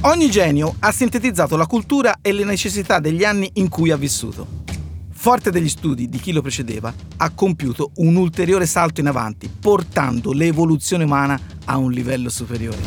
Ogni genio ha sintetizzato la cultura e le necessità degli anni in cui ha vissuto. Forte degli studi di chi lo precedeva, ha compiuto un ulteriore salto in avanti, portando l'evoluzione umana a un livello superiore.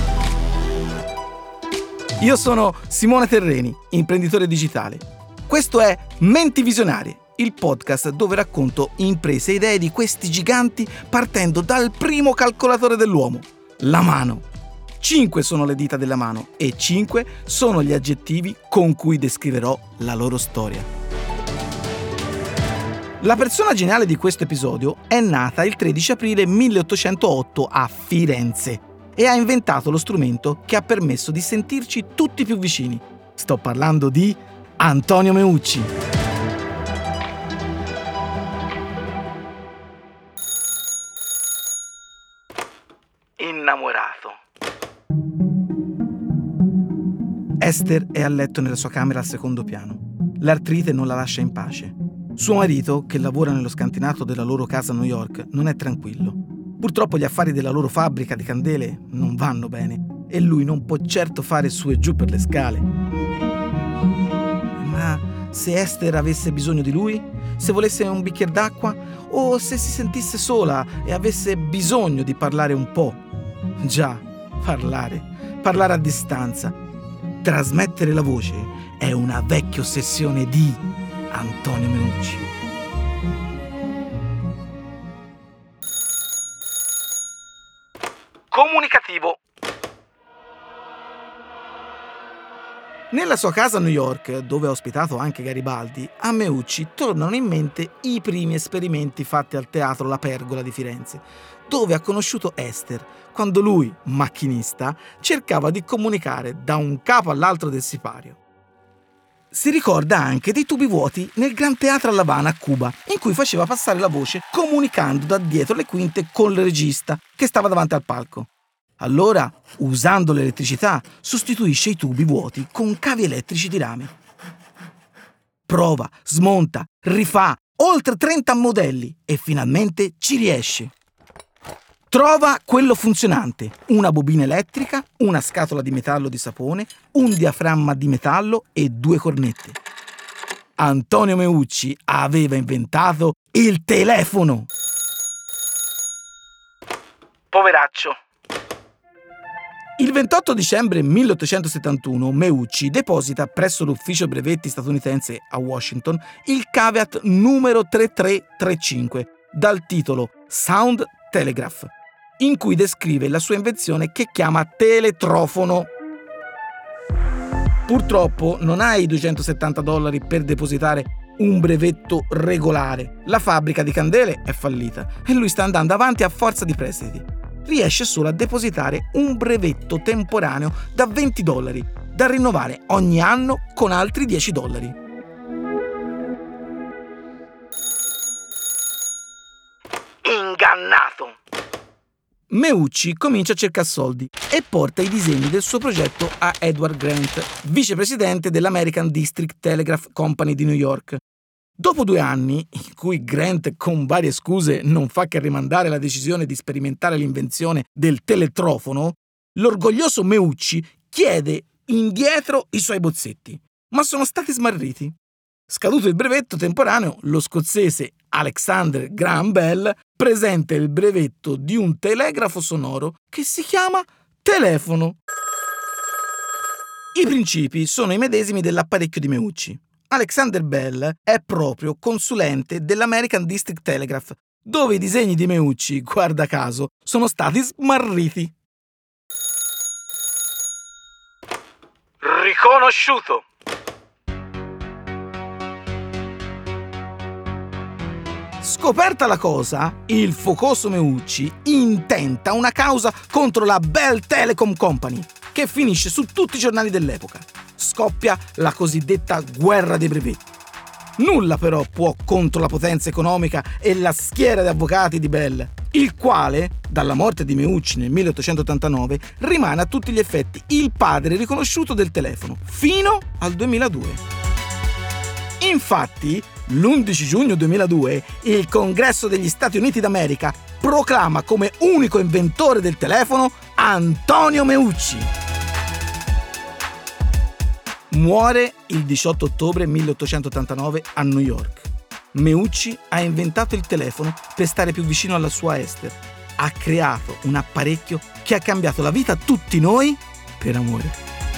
Io sono Simone Terreni, imprenditore digitale. Questo è Menti Visionarie, il podcast dove racconto imprese e idee di questi giganti partendo dal primo calcolatore dell'uomo, la mano. 5 sono le dita della mano e 5 sono gli aggettivi con cui descriverò la loro storia. La persona geniale di questo episodio è nata il 13 aprile 1808 a Firenze e ha inventato lo strumento che ha permesso di sentirci tutti più vicini. Sto parlando di Antonio Meucci. Innamorato. Esther è a letto nella sua camera al secondo piano. L'artrite non la lascia in pace. Suo marito, che lavora nello scantinato della loro casa a New York, non è tranquillo. Purtroppo gli affari della loro fabbrica di candele non vanno bene e lui non può certo fare su e giù per le scale. Ma se Esther avesse bisogno di lui? Se volesse un bicchiere d'acqua? O se si sentisse sola e avesse bisogno di parlare un po'? Già, parlare a distanza. Trasmettere la voce è una vecchia ossessione di Antonio Meucci. Comunicativo. Nella sua casa a New York, dove ha ospitato anche Garibaldi, a Meucci tornano in mente i primi esperimenti fatti al teatro La Pergola di Firenze, dove ha conosciuto Esther, quando lui, macchinista, cercava di comunicare da un capo all'altro del sipario. Si ricorda anche dei tubi vuoti nel Gran Teatro a L'Avana, a Cuba, in cui faceva passare la voce comunicando da dietro le quinte con il regista che stava davanti al palco. Allora, usando l'elettricità, sostituisce i tubi vuoti con cavi elettrici di rame. Prova, smonta, rifà, oltre 30 modelli e finalmente ci riesce. Trova quello funzionante, una bobina elettrica, una scatola di metallo di sapone, un diaframma di metallo e 2 cornette. Antonio Meucci aveva inventato il telefono! Poveraccio. Il 28 dicembre 1871 Meucci deposita presso l'ufficio brevetti statunitense a Washington il caveat numero 3335 dal titolo Sound Telegraph, in cui descrive la sua invenzione che chiama teletrofono. Purtroppo non ha i $270 per depositare un brevetto regolare. La fabbrica di candele è fallita e lui sta andando avanti a forza di prestiti. Riesce solo a depositare un brevetto temporaneo da $20, da rinnovare ogni anno con altri $10. Ingannato! Meucci comincia a cercare soldi e porta i disegni del suo progetto a Edward Grant, vicepresidente dell'American District Telegraph Company di New York. Dopo 2 anni, in cui Grant con varie scuse non fa che rimandare la decisione di sperimentare l'invenzione del teletrofono, l'orgoglioso Meucci chiede indietro i suoi bozzetti, ma sono stati smarriti. Scaduto il brevetto temporaneo, lo scozzese Alexander Graham Bell presenta il brevetto di un telegrafo sonoro che si chiama telefono. I principi sono i medesimi dell'apparecchio di Meucci. Alexander Bell è proprio consulente dell'American District Telegraph, dove i disegni di Meucci, guarda caso, sono stati smarriti. Riconosciuto! Scoperta la cosa, il focoso Meucci intenta una causa contro la Bell Telecom Company, che finisce su tutti i giornali dell'epoca. Scoppia la cosiddetta guerra dei brevetti. Nulla però può contro la potenza economica e la schiera di avvocati di Bell, il quale, dalla morte di Meucci nel 1889, rimane a tutti gli effetti il padre riconosciuto del telefono, fino al 2002. Infatti, l'11 giugno 2002, il Congresso degli Stati Uniti d'America proclama come unico inventore del telefono Antonio Meucci. Muore il 18 ottobre 1889 a New York. Meucci ha inventato il telefono per stare più vicino alla sua Esther. Ha creato un apparecchio che ha cambiato la vita a tutti noi per amore.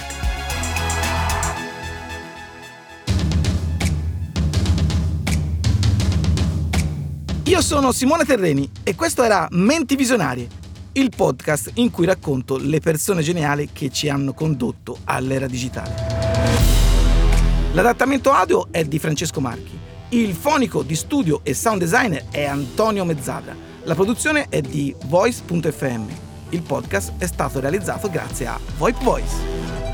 Io sono Simone Terreni e questo era Menti Visionarie, il podcast in cui racconto le persone geniali che ci hanno condotto all'era digitale. L'adattamento audio è di Francesco Marchi, il fonico di studio e sound designer è Antonio Mezzadra, la produzione è di Voice.fm. Il podcast è stato realizzato grazie a VoIP Voice.